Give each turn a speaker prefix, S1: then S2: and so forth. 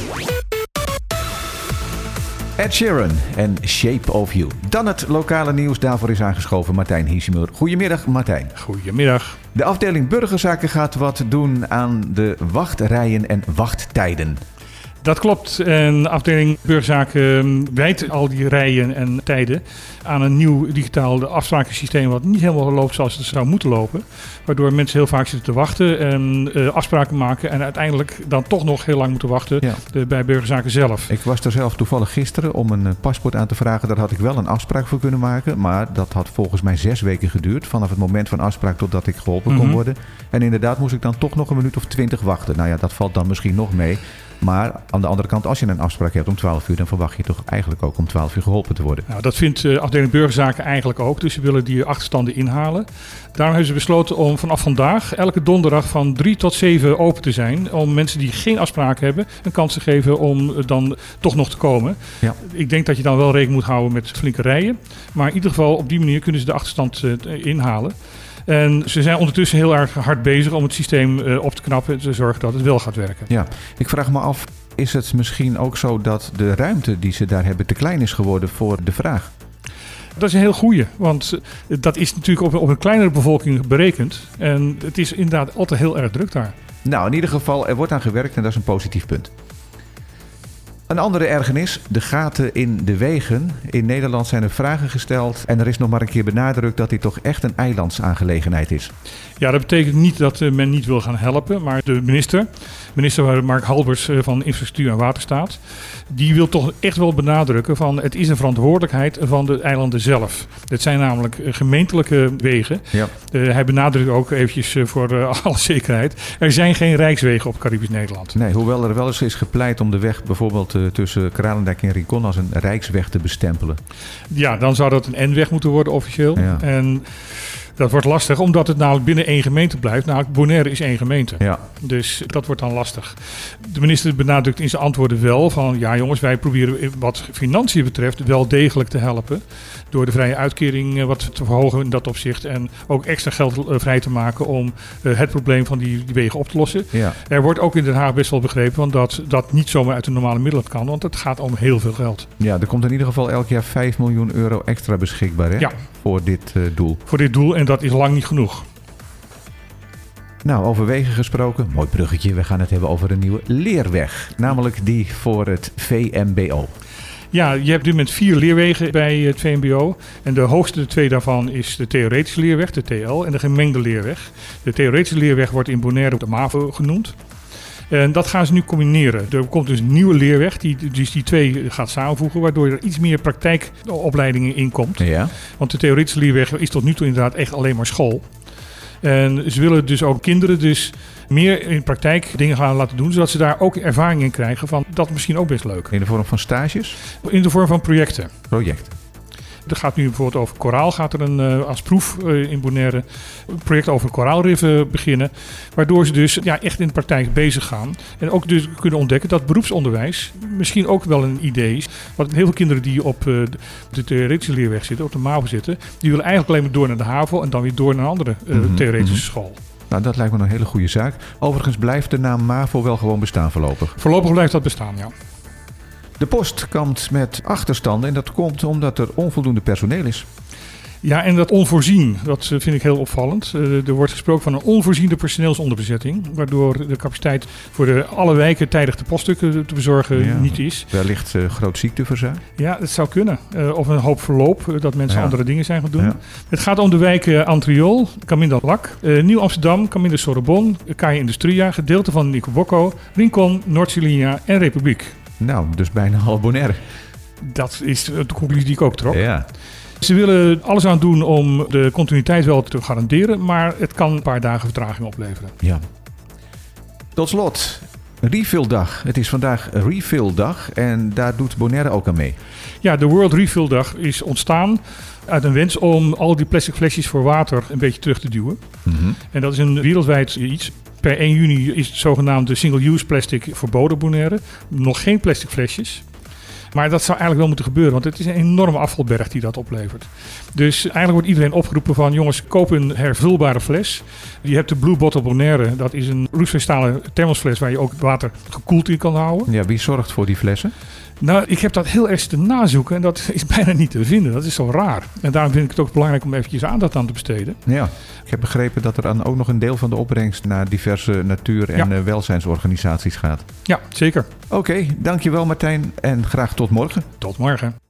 S1: Ed Sheeran en Shape of You. Dan het lokale nieuws. Daarvoor is aangeschoven Martijn Hiesemuller. Goedemiddag Martijn.
S2: Goedemiddag.
S1: De afdeling burgerzaken gaat wat doen aan de wachtrijen en wachttijden.
S2: Dat klopt. En de afdeling burgerzaken wijdt al die rijen en tijden aan een nieuw digitaal afsprakensysteem wat niet helemaal loopt zoals het zou moeten lopen. Waardoor mensen heel vaak zitten te wachten en afspraken maken en uiteindelijk dan toch nog heel lang moeten wachten bij burgerzaken zelf.
S1: Ik was er zelf toevallig gisteren om een paspoort aan te vragen. Daar had ik wel een afspraak voor kunnen maken. Maar dat had volgens mij 6 weken geduurd. Vanaf het moment van afspraak totdat ik geholpen kon worden. En inderdaad moest ik dan toch nog een minuut of 20 wachten. Nou ja, dat valt dan misschien nog mee. Maar aan de andere kant, als je een afspraak hebt om 12 uur... dan verwacht je toch eigenlijk ook om 12 uur geholpen te worden.
S2: Nou, dat vindt de afdeling burgerzaken eigenlijk ook. Dus ze willen die achterstanden inhalen. Daarom hebben ze besloten om vanaf vandaag elke donderdag van 3 tot 7 open te zijn. Om mensen die geen afspraak hebben een kans te geven om dan toch nog te komen. Ja. Ik denk dat je dan wel rekening moet houden met flinke rijen. Maar in ieder geval op die manier kunnen ze de achterstand inhalen. En ze zijn ondertussen heel erg hard bezig om het systeem op te knappen en te zorgen dat het wel gaat werken.
S1: Ja, ik vraag me af, is het misschien ook zo dat de ruimte die ze daar hebben te klein is geworden voor de vraag?
S2: Dat is een heel goeie, want dat is natuurlijk op een kleinere bevolking berekend. En het is inderdaad altijd heel erg druk daar.
S1: Nou, in ieder geval, er wordt aan gewerkt en dat is een positief punt. Een andere ergernis, de gaten in de wegen. In Nederland zijn er vragen gesteld en er is nog maar een keer benadrukt dat dit toch echt een eilandsaangelegenheid is.
S2: Ja, dat betekent niet dat men niet wil gaan helpen, maar de minister Mark Halbers van Infrastructuur en Waterstaat, die wil toch echt wel benadrukken van het is een verantwoordelijkheid van de eilanden zelf. Het zijn namelijk gemeentelijke wegen. Ja. Hij benadrukt ook eventjes voor alle zekerheid, er zijn geen rijkswegen op Caribisch Nederland.
S1: Nee, hoewel er wel eens is gepleit om de weg bijvoorbeeld tussen Kralendijk en Rincon als een rijksweg te bestempelen.
S2: Ja, dan zou dat een N-weg moeten worden officieel. Ja. En dat wordt lastig, omdat het namelijk binnen 1 gemeente blijft. Nou, Bonaire is 1 gemeente. Ja. Dus dat wordt dan lastig. De minister benadrukt in zijn antwoorden wel van... ja jongens, wij proberen wat financiën betreft wel degelijk te helpen. Door de vrije uitkering wat te verhogen in dat opzicht. En ook extra geld vrij te maken om het probleem van die wegen op te lossen. Ja. Er wordt ook in Den Haag best wel begrepen want dat niet zomaar uit de normale middelen kan. Want het gaat om heel veel geld.
S1: Ja, er komt in ieder geval elk jaar 5 miljoen euro extra beschikbaar hè? Ja. Voor dit doel.
S2: Voor dit doel en dat is lang niet genoeg.
S1: Nou, over wegen gesproken. Mooi bruggetje. We gaan het hebben over een nieuwe leerweg. Namelijk die voor het VMBO.
S2: Ja, je hebt nu met 4 leerwegen bij het VMBO. En de hoogste 2 daarvan is de theoretische leerweg, de TL, en de gemengde leerweg. De theoretische leerweg wordt in Bonaire de MAVO genoemd. En dat gaan ze nu combineren. Er komt dus een nieuwe leerweg die die 2 gaat samenvoegen, waardoor er iets meer praktijkopleidingen in komt. Ja. Want de theoretische leerweg is tot nu toe inderdaad echt alleen maar school. En ze willen dus ook kinderen dus meer in praktijk dingen gaan laten doen, zodat ze daar ook ervaring in krijgen van dat is misschien ook best leuk.
S1: In de vorm van stages?
S2: In de vorm van projecten.
S1: Projecten.
S2: Er gaat nu bijvoorbeeld over koraal, gaat er als proef in Bonaire een project over koraalriffen beginnen. Waardoor ze dus echt in de praktijk bezig gaan. En ook dus kunnen ontdekken dat beroepsonderwijs misschien ook wel een idee is. Want heel veel kinderen die op de theoretische leerweg zitten, op de MAVO zitten, die willen eigenlijk alleen maar door naar de HAVO en dan weer door naar een andere theoretische school.
S1: Nou, dat lijkt me een hele goede zaak. Overigens blijft de naam MAVO wel gewoon bestaan voorlopig.
S2: Voorlopig blijft dat bestaan, ja.
S1: De post kampt met achterstanden en dat komt omdat er onvoldoende personeel is.
S2: Ja, en dat onvoorzien, dat vind ik heel opvallend. Er wordt gesproken van een onvoorziene personeelsonderbezetting, waardoor de capaciteit voor alle wijken tijdig de poststukken te bezorgen niet is.
S1: Wellicht groot ziekteverzuim?
S2: Ja, het zou kunnen. Of een hoop verloop, dat mensen andere dingen zijn gaan doen. Ja. Het gaat om de wijken Antriol, Caminda Lac, Nieuw-Amsterdam, Caminda Sorbonne, Caia Industria, gedeelte van Nicobocco, Rincon, Noord-Silinia en Republiek.
S1: Nou, dus bijna half Bonaire.
S2: Dat is de conclusie die ik ook trok.
S1: Ja.
S2: Ze willen alles aan doen om de continuïteit wel te garanderen, maar het kan een paar dagen vertraging opleveren.
S1: Ja. Tot slot, Refilldag. Het is vandaag Refilldag en daar doet Bonaire ook aan mee.
S2: Ja, de World Refilldag is ontstaan uit een wens om al die plastic flesjes voor water een beetje terug te duwen. Mm-hmm. En dat is een wereldwijd iets. Per 1 juni is het zogenaamde single-use plastic verboden Bonaire. Nog geen plastic flesjes. Maar dat zou eigenlijk wel moeten gebeuren, want het is een enorme afvalberg die dat oplevert. Dus eigenlijk wordt iedereen opgeroepen van, jongens, koop een hervulbare fles. Je hebt de Blue Bottle Bonaire, dat is een roestvrij thermosfles waar je ook water gekoeld in kan houden.
S1: Ja, wie zorgt voor die flessen?
S2: Nou, ik heb dat heel erg te nazoeken en dat is bijna niet te vinden. Dat is zo raar. En daarom vind ik het ook belangrijk om eventjes aandacht aan te besteden.
S1: Ja, ik heb begrepen dat er dan ook nog een deel van de opbrengst naar diverse natuur- en welzijnsorganisaties gaat.
S2: Ja, zeker.
S1: Oké, dankjewel Martijn en graag tot morgen.
S2: Tot morgen.